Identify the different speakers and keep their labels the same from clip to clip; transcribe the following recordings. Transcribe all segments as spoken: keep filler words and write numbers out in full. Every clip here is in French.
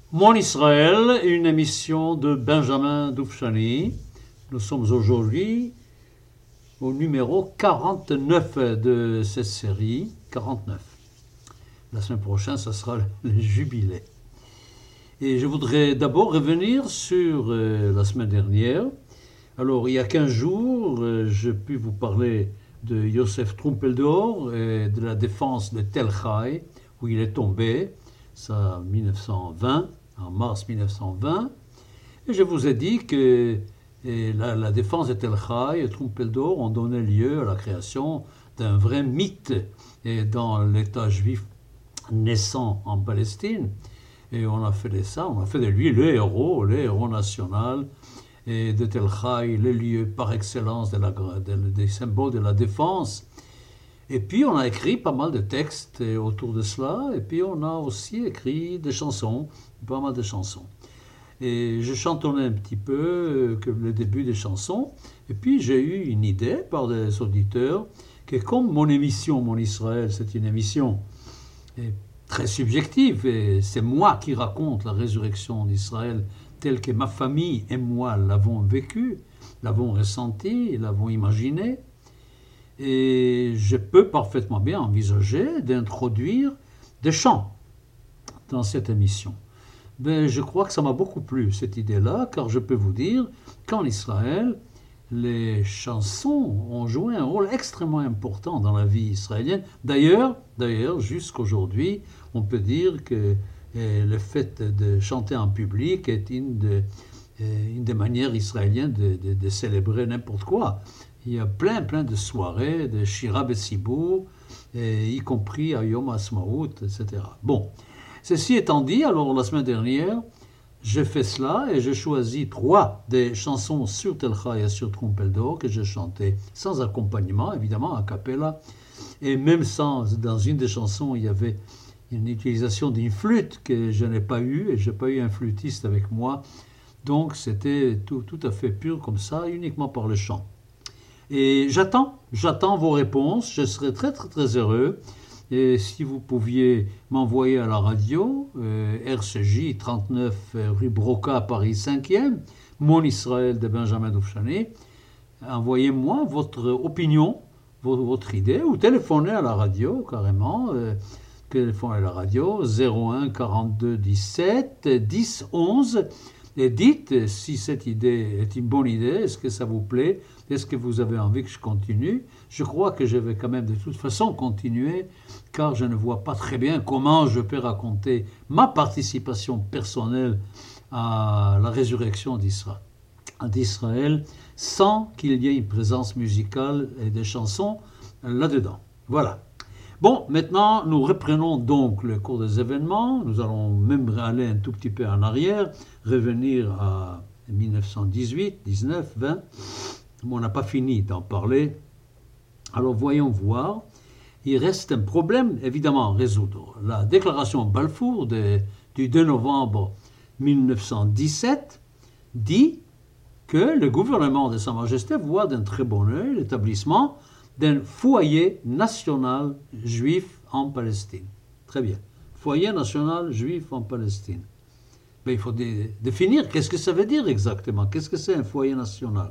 Speaker 1: Mon Israël, une émission de Benjamin Doufchani. Nous sommes aujourd'hui au numéro quarante-neuf de cette série. quarante-neuf. La semaine prochaine, ce sera le jubilé. Et je voudrais d'abord revenir sur euh, la semaine dernière. Alors, il y a quinze jours, euh, j'ai pu vous parler de Yosef Trumpeldor et de la défense de Tel Chai, où il est tombé, ça en mille neuf cent vingt, en mars mille neuf cent vingt. Et je vous ai dit que et la, la défense de Tel Chai et Trumpeldor ont donné lieu à la création d'un vrai mythe et dans l'État juif naissant en Palestine. Et on a fait de ça, on a fait de lui le héros, le héros national, et de Tel Chai, le lieu par excellence de la, de, des symboles de la défense. Et puis on a écrit pas mal de textes autour de cela, et puis on a aussi écrit des chansons, pas mal de chansons. Et je chantonnais un petit peu que le début des chansons, et puis j'ai eu une idée par des auditeurs que comme mon émission, Mon Israël, c'est une émission très subjective, et c'est moi qui raconte la résurrection d'Israël telle que ma famille et moi l'avons vécue, l'avons ressentie, l'avons imaginée. Et je peux parfaitement bien envisager d'introduire des chants dans cette émission. Mais je crois que ça m'a beaucoup plu, cette idée-là, car je peux vous dire qu'en Israël, les chansons ont joué un rôle extrêmement important dans la vie israélienne. D'ailleurs, d'ailleurs, jusqu'aujourd'hui, on peut dire que le fait de chanter en public est une, de, une des manières israéliennes de, de, de célébrer n'importe quoi. Il y a plein, plein de soirées, de Shira Betsibour, y compris à Yom HaAtzmaut, et cetera. Bon, ceci étant dit, alors la semaine dernière, j'ai fait cela et j'ai choisi trois des chansons sur Tel Chai et sur Trumpeldor que j'ai chantées sans accompagnement, évidemment, a cappella. Et même sans, dans une des chansons, il y avait une utilisation d'une flûte que je n'ai pas eue et je n'ai pas eu un flûtiste avec moi. Donc c'était tout, tout à fait pur comme ça, uniquement par le chant. Et j'attends, j'attends vos réponses, je serai très très très heureux. Et si vous pouviez m'envoyer à la radio, euh, R C J trente-neuf rue Broca, Paris cinquième, Mon Israël de Benjamin Doufchani, envoyez-moi votre opinion, votre idée, ou téléphonez à la radio carrément, euh, téléphonez à la radio zéro un quarante-deux dix-sept dix onze, et dites si cette idée est une bonne idée, est-ce que ça vous plaît, est-ce que vous avez envie que je continue. Je crois que je vais quand même de toute façon continuer, car je ne vois pas très bien comment je peux raconter ma participation personnelle à la résurrection d'Israël sans qu'il y ait une présence musicale et des chansons là-dedans. Voilà. Bon, maintenant, nous reprenons donc le cours des événements. Nous allons même aller un tout petit peu en arrière, revenir à mille neuf cent dix-huit, dix-neuf, vingt. On n'a pas fini d'en parler. Alors, voyons voir. Il reste un problème, évidemment, à résoudre. La déclaration Balfour de, du deux novembre mille neuf cent dix-sept dit que le gouvernement de Sa Majesté voit d'un très bon œil l'établissement d'un foyer national juif en Palestine. Très bien. Foyer national juif en Palestine. Mais il faut dé- définir qu'est-ce que ça veut dire exactement. Qu'est-ce que c'est un foyer national?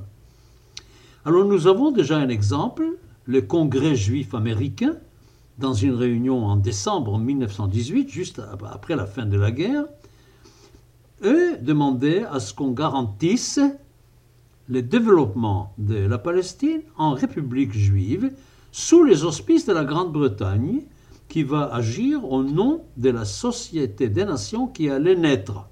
Speaker 1: Alors nous avons déjà un exemple. Le Congrès juif américain, dans une réunion en décembre mille neuf cent dix-huit, juste après la fin de la guerre, eux demandaient à ce qu'on garantisse le développement de la Palestine en République juive sous les auspices de la Grande-Bretagne qui va agir au nom de la Société des Nations qui allait naître.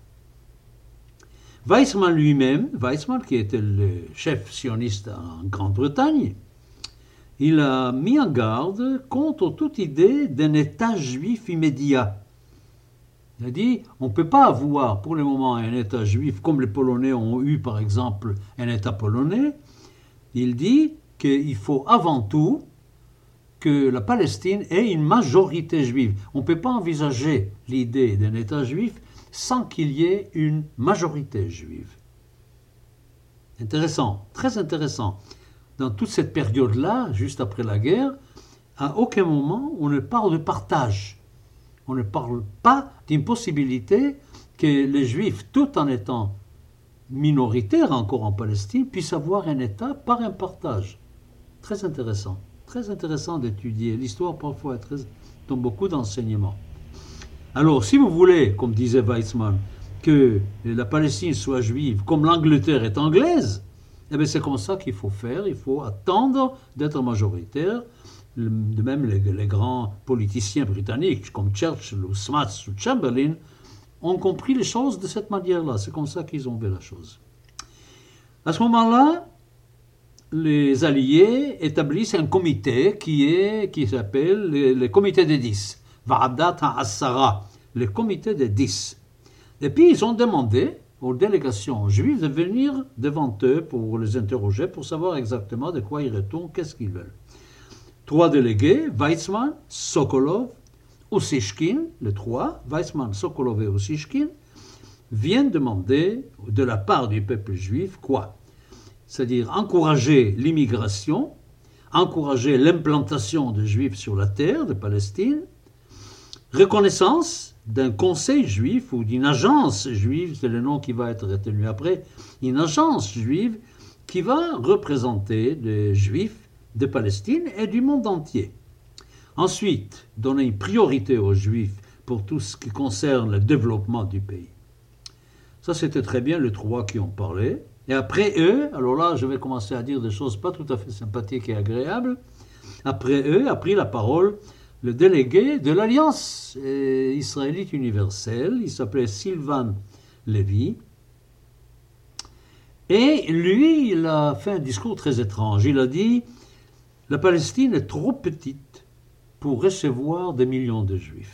Speaker 1: Weizmann lui-même, Weizmann qui était le chef sioniste en Grande-Bretagne, il a mis en garde contre toute idée d'un État juif immédiat. Il a dit, on ne peut pas avoir pour le moment un État juif comme les Polonais ont eu par exemple un État polonais. Il dit qu'il faut avant tout que la Palestine ait une majorité juive. On ne peut pas envisager l'idée d'un État juif sans qu'il y ait une majorité juive. Intéressant, très intéressant. Dans toute cette période-là, juste après la guerre, à aucun moment on ne parle de partage. On ne parle pas d'une possibilité que les Juifs, tout en étant minoritaires encore en Palestine, puissent avoir un État par un partage. Très intéressant. Très intéressant d'étudier. L'histoire parfois très, donne beaucoup d'enseignements. Alors, si vous voulez, comme disait Weizmann, que la Palestine soit juive comme l'Angleterre est anglaise, eh bien c'est comme ça qu'il faut faire. Il faut attendre d'être majoritaire. De même, les, les grands politiciens britanniques comme Churchill ou Smuts ou Chamberlain ont compris les choses de cette manière-là. C'est comme ça qu'ils ont vu la chose. À ce moment-là, les Alliés établissent un comité qui est qui s'appelle le, le comité des dix, Va'adat ha'asara, le comité des dix. Et puis ils ont demandé aux délégations juives de venir devant eux pour les interroger, pour savoir exactement de quoi ils retournent, qu'est-ce qu'ils veulent. Trois délégués, Weizmann, Sokolov, Ussishkin, les trois, Weizmann, Sokolov et Ussishkin, viennent demander de la part du peuple juif quoi ? C'est-à-dire encourager l'immigration, encourager l'implantation de juifs sur la terre de Palestine, reconnaissance d'un conseil juif ou d'une agence juive, c'est le nom qui va être retenu après, une agence juive qui va représenter les juifs de Palestine et du monde entier. Ensuite, donner une priorité aux juifs pour tout ce qui concerne le développement du pays. Ça, c'était très bien les trois qui ont parlé. Et après eux, alors là, je vais commencer à dire des choses pas tout à fait sympathiques et agréables. Après eux a pris la parole le délégué de l'Alliance israélite universelle. Il s'appelait Sylvan Levy. Et lui, il a fait un discours très étrange. Il a dit « La Palestine est trop petite pour recevoir des millions de Juifs. »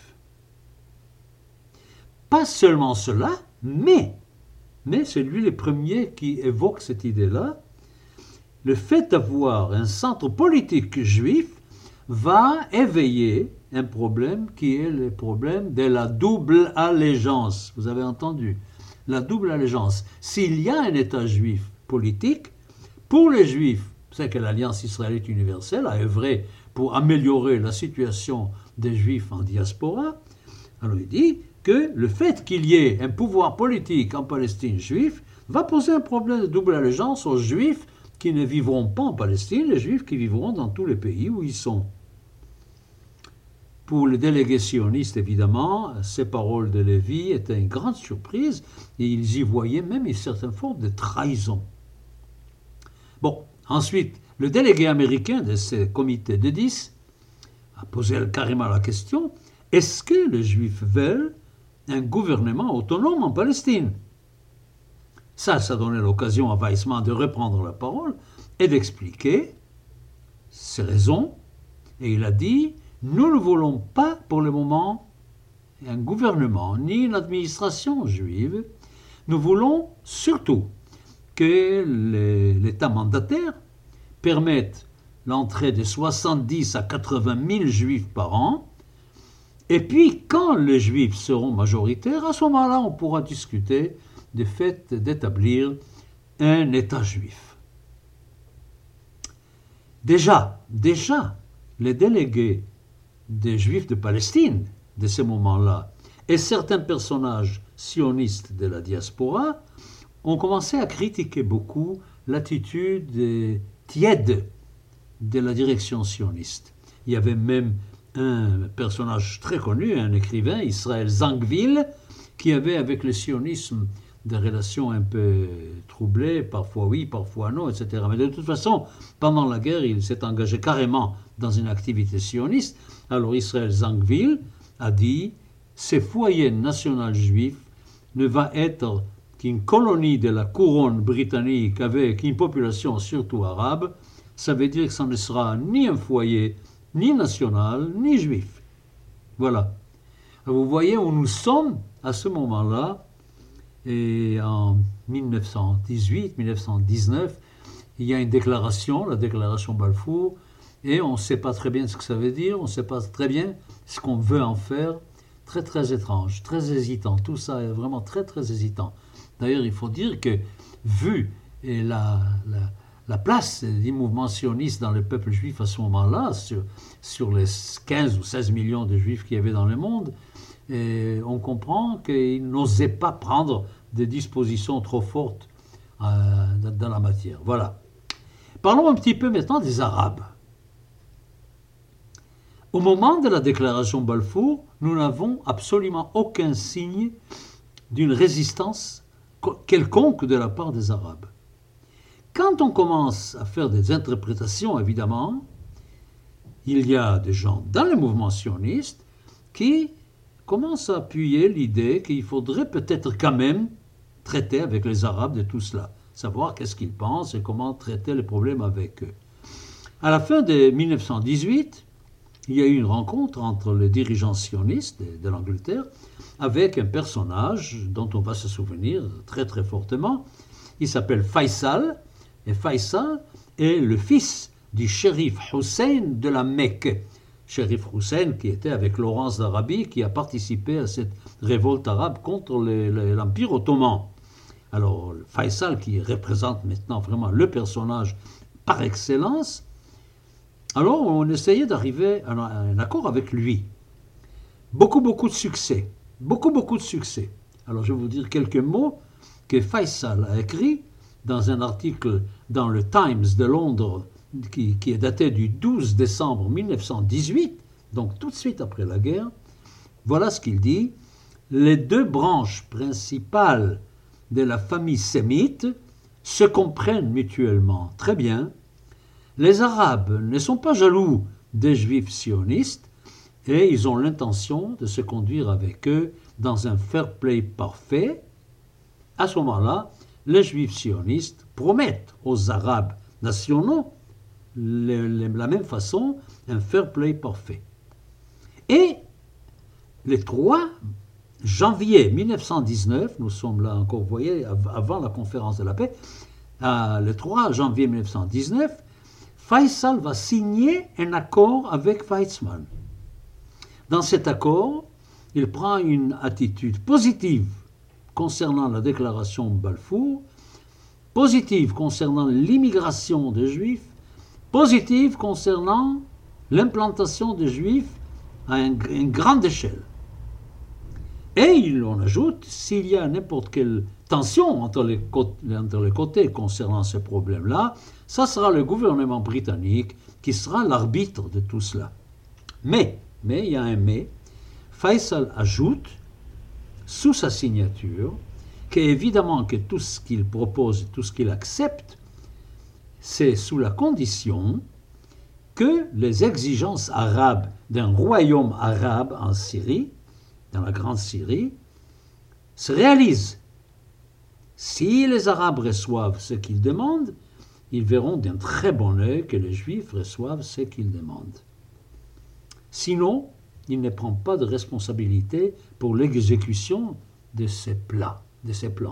Speaker 1: Pas seulement cela, mais... Mais c'est lui le premier qui évoque cette idée-là. Le fait d'avoir un centre politique juif va éveiller un problème qui est le problème de la double allégeance. Vous avez entendu, la double allégeance. S'il y a un État juif politique, pour les Juifs, c'est que l'Alliance israélite universelle a œuvré pour améliorer la situation des Juifs en diaspora. Alors il dit que le fait qu'il y ait un pouvoir politique en Palestine juif va poser un problème de double allégeance aux Juifs qui ne vivront pas en Palestine, les Juifs qui vivront dans tous les pays où ils sont. Pour les délégués sionistes, évidemment, ces paroles de Lévi étaient une grande surprise et ils y voyaient même une certaine forme de trahison. Bon, ensuite, le délégué américain de ce comité de dix a posé carrément la question, est-ce que les Juifs veulent un gouvernement autonome en Palestine? Ça, ça donnait l'occasion à Weizmann de reprendre la parole et d'expliquer ses raisons. Et il a dit, nous ne voulons pas pour le moment un gouvernement ni une administration juive. Nous voulons surtout que l'État mandataire permette l'entrée de soixante-dix à quatre-vingt mille juifs par an. Et puis, quand les Juifs seront majoritaires, à ce moment-là, on pourra discuter du fait d'établir un État juif. Déjà, déjà, les délégués des Juifs de Palestine, de ce moment-là, et certains personnages sionistes de la diaspora, ont commencé à critiquer beaucoup l'attitude tiède de la direction sioniste. Il y avait même un personnage très connu, un écrivain, Israël Zangwill, qui avait avec le sionisme des relations un peu troublées, parfois oui, parfois non, et cetera. Mais de toute façon, pendant la guerre, il s'est engagé carrément dans une activité sioniste. Alors Israël Zangwill a dit « Ce foyer national juif ne va être qu'une colonie de la couronne britannique avec une population surtout arabe. Ça veut dire que ça ne sera ni un foyer ni national, ni juif. » Voilà. Vous voyez où nous sommes à ce moment-là, et en dix-neuf cent dix-huit dix-neuf cent dix-neuf, il y a une déclaration, la déclaration Balfour, et on ne sait pas très bien ce que ça veut dire, on ne sait pas très bien ce qu'on veut en faire. Très très étrange, très hésitant, tout ça est vraiment très très hésitant. D'ailleurs, il faut dire que, vu la... la La place du mouvement sioniste dans le peuple juif à ce moment-là, sur, sur les quinze ou seize millions de juifs qu'il y avait dans le monde, et on comprend qu'il n'osait pas prendre des dispositions trop fortes euh, dans la matière. Voilà. Parlons un petit peu maintenant des Arabes. Au moment de la déclaration Balfour, nous n'avons absolument aucun signe d'une résistance quelconque de la part des Arabes. Quand on commence à faire des interprétations, évidemment, il y a des gens dans le mouvement sioniste qui commencent à appuyer l'idée qu'il faudrait peut-être quand même traiter avec les Arabes de tout cela, savoir qu'est-ce qu'ils pensent et comment traiter les problèmes avec eux. À la fin de mille neuf cent dix-huit, il y a eu une rencontre entre les dirigeants sionistes de, de l'Angleterre avec un personnage dont on va se souvenir très très fortement. Il s'appelle Faisal, et Faisal est le fils du shérif Hussein de la Mecque. Shérif Hussein qui était avec Laurence d'Arabie, qui a participé à cette révolte arabe contre les, les, l'Empire ottoman. Alors Faisal, qui représente maintenant vraiment le personnage par excellence, alors on essayait d'arriver à un accord avec lui. Beaucoup, beaucoup de succès. Beaucoup, beaucoup de succès. Alors je vais vous dire quelques mots que Faisal a écrits dans un article dans le Times de Londres qui, qui est daté du douze décembre mille neuf cent dix-huit, donc tout de suite après la guerre. Voilà ce qu'il dit. Les deux branches principales de la famille sémite se comprennent mutuellement très bien. Les Arabes ne sont pas jaloux des Juifs sionistes et ils ont l'intention de se conduire avec eux dans un fair play parfait. À ce moment-là, les Juifs sionistes promettent aux Arabes nationaux le, le, la même façon un fair play parfait. Et le trois janvier mille neuf cent dix-neuf, nous sommes là encore, vous voyez, avant la conférence de la paix, euh, le trois janvier mille neuf cent dix-neuf, Faisal va signer un accord avec Weizmann. Dans cet accord, il prend une attitude positive concernant la déclaration Balfour, positive concernant l'immigration des Juifs, positive concernant l'implantation des Juifs à une grande échelle. Et il en ajoute, s'il y a n'importe quelle tension entre les, côtés, entre les côtés concernant ce problème-là, ça sera le gouvernement britannique qui sera l'arbitre de tout cela. Mais, mais, il y a un mais, Faisal ajoute, sous sa signature, qu'évidemment que tout ce qu'il propose, tout ce qu'il accepte, c'est sous la condition que les exigences arabes d'un royaume arabe en Syrie, dans la Grande Syrie, se réalisent. Si les Arabes reçoivent ce qu'ils demandent, ils verront d'un très bon œil que les Juifs reçoivent ce qu'ils demandent. Sinon, il ne prend pas de responsabilité pour l'exécution de ces plans. De ces plans.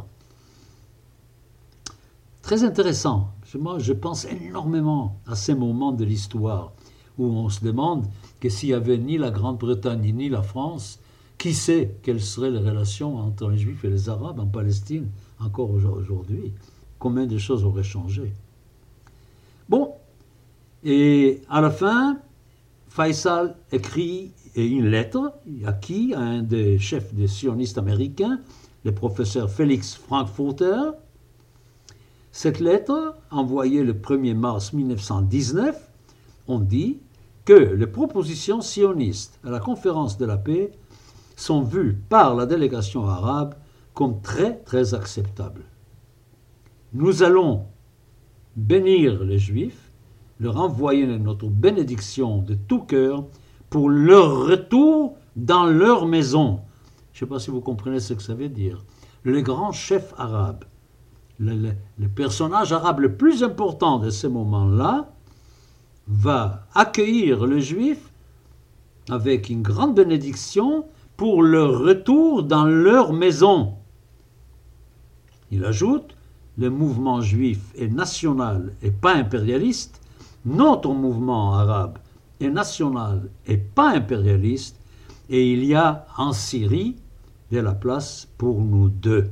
Speaker 1: Très intéressant. Moi, je pense énormément à ces moments de l'histoire où on se demande que s'il n'y avait ni la Grande-Bretagne ni la France, qui sait quelles seraient les relations entre les Juifs et les Arabes en Palestine encore aujourd'hui? Combien de choses auraient changé? Bon, et à la fin, Faisal écrit une lettre à qui? À un des chefs des sionistes américains, le professeur Félix Frankfurter. Cette lettre, envoyée le premier mars mille neuf cent dix-neuf, on dit que les propositions sionistes à la conférence de la paix sont vues par la délégation arabe comme très très acceptables. Nous allons bénir les Juifs, leur envoyer notre bénédiction de tout cœur pour leur retour dans leur maison. Je ne sais pas si vous comprenez ce que ça veut dire. Le grand chef arabe, le, le, le personnage arabe le plus important de ces moments-là, va accueillir les Juifs avec une grande bénédiction pour leur retour dans leur maison. Il ajoute, le mouvement juif est national et pas impérialiste, notre mouvement arabe est national et pas impérialiste, et il y a en Syrie de la place pour nous deux.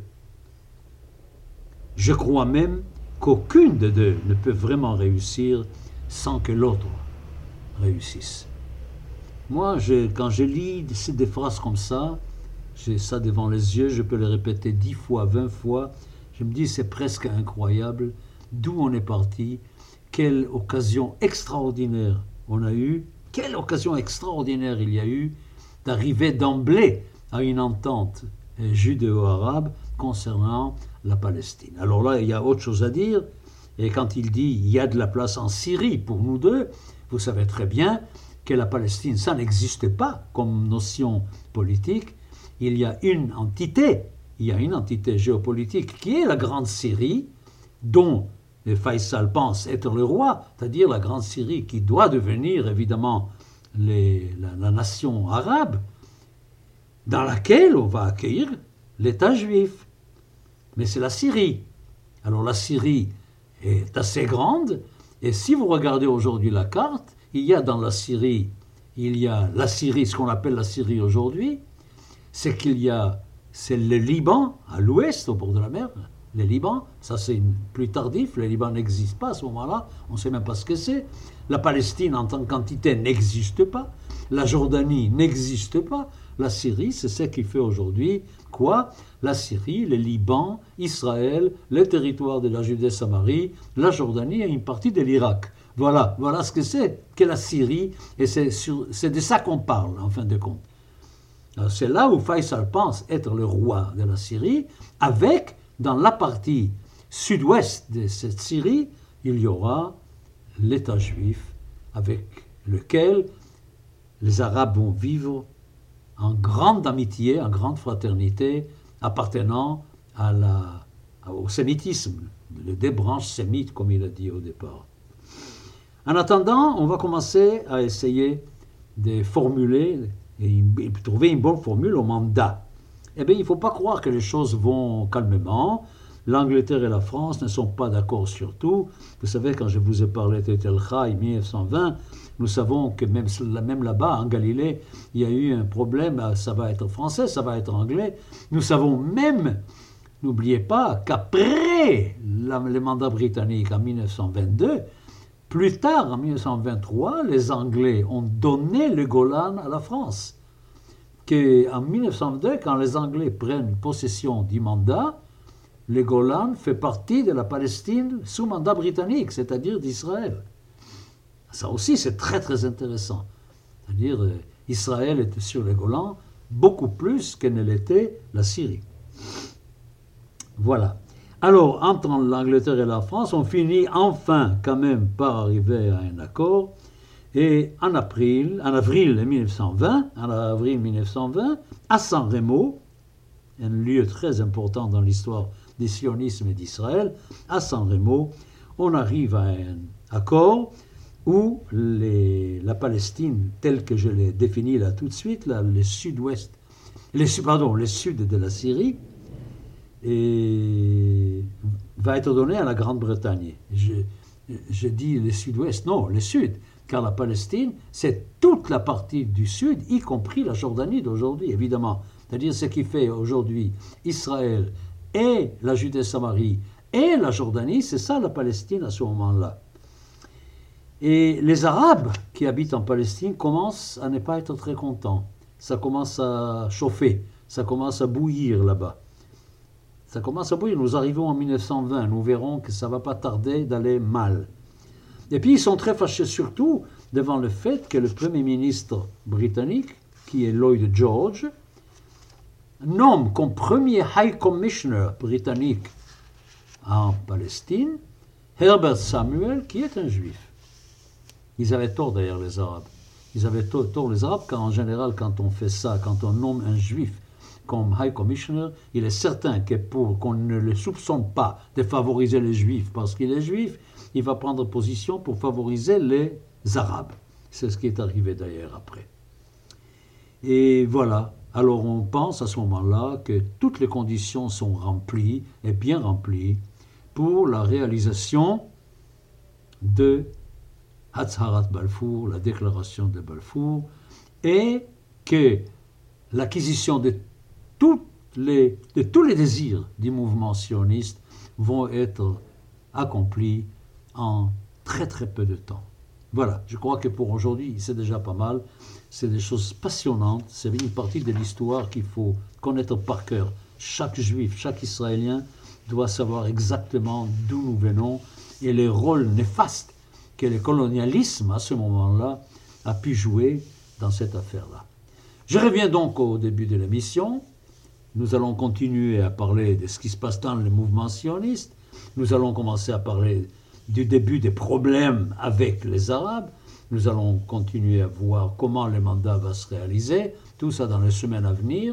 Speaker 1: Je crois même qu'aucune des deux ne peut vraiment réussir sans que l'autre réussisse. Moi, je, quand je lis des phrases comme ça, J'ai ça devant les yeux, je peux le répéter dix fois, vingt fois. Je me dis, c'est presque incroyable d'où on est parti, quelle occasion extraordinaire on a eue, quelle occasion extraordinaire il y a eu d'arriver d'emblée à une entente judéo-arabe concernant la Palestine. Alors là, il y a autre chose à dire, et quand il dit il y a de la place en Syrie pour nous deux, vous savez très bien que la Palestine, ça n'existe pas comme notion politique. Il y a une entité, il y a une entité géopolitique qui est la Grande Syrie, dont Faisal pense être le roi, c'est-à-dire la Grande Syrie qui doit devenir évidemment les, la, la nation arabe, dans laquelle on va accueillir l'État juif. Mais c'est la Syrie. Alors la Syrie est assez grande, et si vous regardez aujourd'hui la carte, il y a dans la Syrie, il y a la Syrie, ce qu'on appelle la Syrie aujourd'hui, c'est qu'il y a, c'est le Liban, à l'ouest, au bord de la mer, le Liban, ça c'est plus tardif, le Liban n'existe pas à ce moment-là, on ne sait même pas ce que c'est. La Palestine en tant qu'entité n'existe pas, la Jordanie n'existe pas, la Syrie, c'est ce qui fait aujourd'hui quoi? La Syrie, le Liban, Israël, les territoires de la Judée-Samarie, la Jordanie et une partie de l'Irak. Voilà, voilà ce que c'est que la Syrie, et c'est, sur, c'est de ça qu'on parle, en fin de compte. Alors, c'est là où Faisal pense être le roi de la Syrie, avec, dans la partie sud-ouest de cette Syrie, il y aura l'État juif, avec lequel les Arabes vont vivre en grande amitié, en grande fraternité, appartenant à la, au sémitisme, les deux branches sémites, comme il a dit au départ. En attendant, on va commencer à essayer de formuler et trouver une bonne formule au mandat. Eh bien, il ne faut pas croire que les choses vont calmement. L'Angleterre et la France ne sont pas d'accord sur tout. Vous savez, quand je vous ai parlé de Tel Chai mille neuf cent vingt, nous savons que même, même là-bas, en Galilée, il y a eu un problème, ça va être français, ça va être anglais. Nous savons même, n'oubliez pas, qu'après la, le mandat britannique en mille neuf cent vingt-deux, plus tard, en mille neuf cent vingt-trois, les Anglais ont donné le Golan à la France. Qu'en mille neuf cent deux, quand les Anglais prennent possession du mandat, le Golan fait partie de la Palestine sous mandat britannique, c'est-à-dire d'Israël. Ça aussi, c'est très très intéressant. C'est-à-dire, euh, Israël était sur le Golan beaucoup plus que ne l'était la Syrie. Voilà. Alors, entre l'Angleterre et la France, on finit enfin quand même par arriver à un accord. Et en avril, en avril mille neuf cent vingt, en avril mille neuf cent vingt, à San Remo, un lieu très important dans l'histoire du sionisme et d'Israël, à San Remo, on arrive à un accord où les, la Palestine, telle que je l'ai définie là tout de suite, là, le sud-ouest, les, pardon, le sud de la Syrie, et va être donnée à la Grande-Bretagne. Je, je dis le sud-ouest, non, le sud, car la Palestine, c'est toute la partie du sud, y compris la Jordanie d'aujourd'hui, évidemment. C'est-à-dire ce qui fait aujourd'hui Israël et la Judée-Samarie et la Jordanie, c'est ça la Palestine à ce moment-là. Et les Arabes qui habitent en Palestine commencent à ne pas être très contents. Ça commence à chauffer, ça commence à bouillir là-bas. Ça commence à bouillir. Nous arrivons en mille neuf cent vingt, nous verrons que ça ne va pas tarder d'aller mal. Et puis ils sont très fâchés surtout devant le fait que le Premier ministre britannique, qui est Lloyd George, nomme comme premier High Commissioner britannique en Palestine Herbert Samuel, qui est un juif. Ils avaient tort d'ailleurs les Arabes. Ils avaient tort, tort les Arabes, car en général quand on fait ça, quand on nomme un juif comme High Commissioner, il est certain que pour qu'on ne le soupçonne pas de favoriser les juifs parce qu'il est juif, il va prendre position pour favoriser les Arabes. C'est ce qui est arrivé d'ailleurs après. Et voilà. Alors on pense à ce moment-là que toutes les conditions sont remplies, et bien remplies, pour la réalisation de Hatzarat Balfour, la déclaration de Balfour, et que l'acquisition de, toutes les, de tous les désirs du mouvement sioniste vont être accomplis en très très peu de temps. Voilà, je crois que pour aujourd'hui, c'est déjà pas mal. C'est des choses passionnantes. C'est une partie de l'histoire qu'il faut connaître par cœur. Chaque juif, chaque israélien doit savoir exactement d'où nous venons et les rôles néfastes que le colonialisme, à ce moment-là, a pu jouer dans cette affaire-là. Je reviens donc au début de l'émission. Nous allons continuer à parler de ce qui se passe dans le mouvement sioniste. Nous allons commencer à parler du début des problèmes avec les Arabes. Nous allons continuer à voir comment le mandat va se réaliser, tout ça dans les semaines à venir.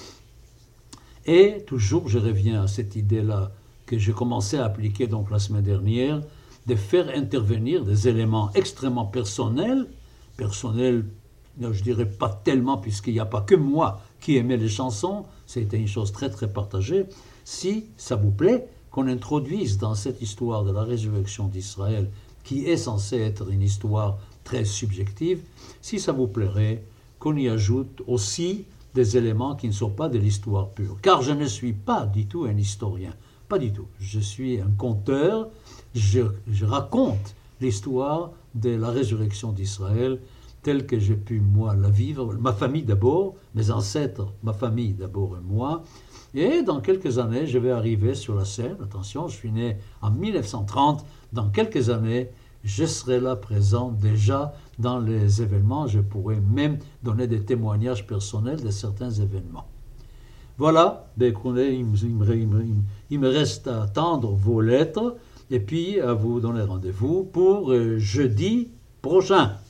Speaker 1: Et toujours, je reviens à cette idée-là que j'ai commencé à appliquer donc la semaine dernière, de faire intervenir des éléments extrêmement personnels, personnels, je dirais pas tellement, puisqu'il n'y a pas que moi qui aimais les chansons, c'était une chose très très partagée. Si ça vous plaît, qu'on introduise dans cette histoire de la résurrection d'Israël, qui est censée être une histoire très subjective, si ça vous plairait, qu'on y ajoute aussi des éléments qui ne sont pas de l'histoire pure. Car je ne suis pas du tout un historien, pas du tout. Je suis un conteur, je, je raconte l'histoire de la résurrection d'Israël telle que j'ai pu, moi, la vivre, ma famille d'abord, mes ancêtres, ma famille d'abord et moi. Et dans quelques années, je vais arriver sur la scène. Attention, je suis né en mille neuf cent trente. Dans quelques années, je serai là présent déjà dans les événements. Je pourrai même donner des témoignages personnels de certains événements. Voilà, ben, il, me, il, me, il, me, il me reste à attendre vos lettres et puis à vous donner rendez-vous pour euh, jeudi prochain.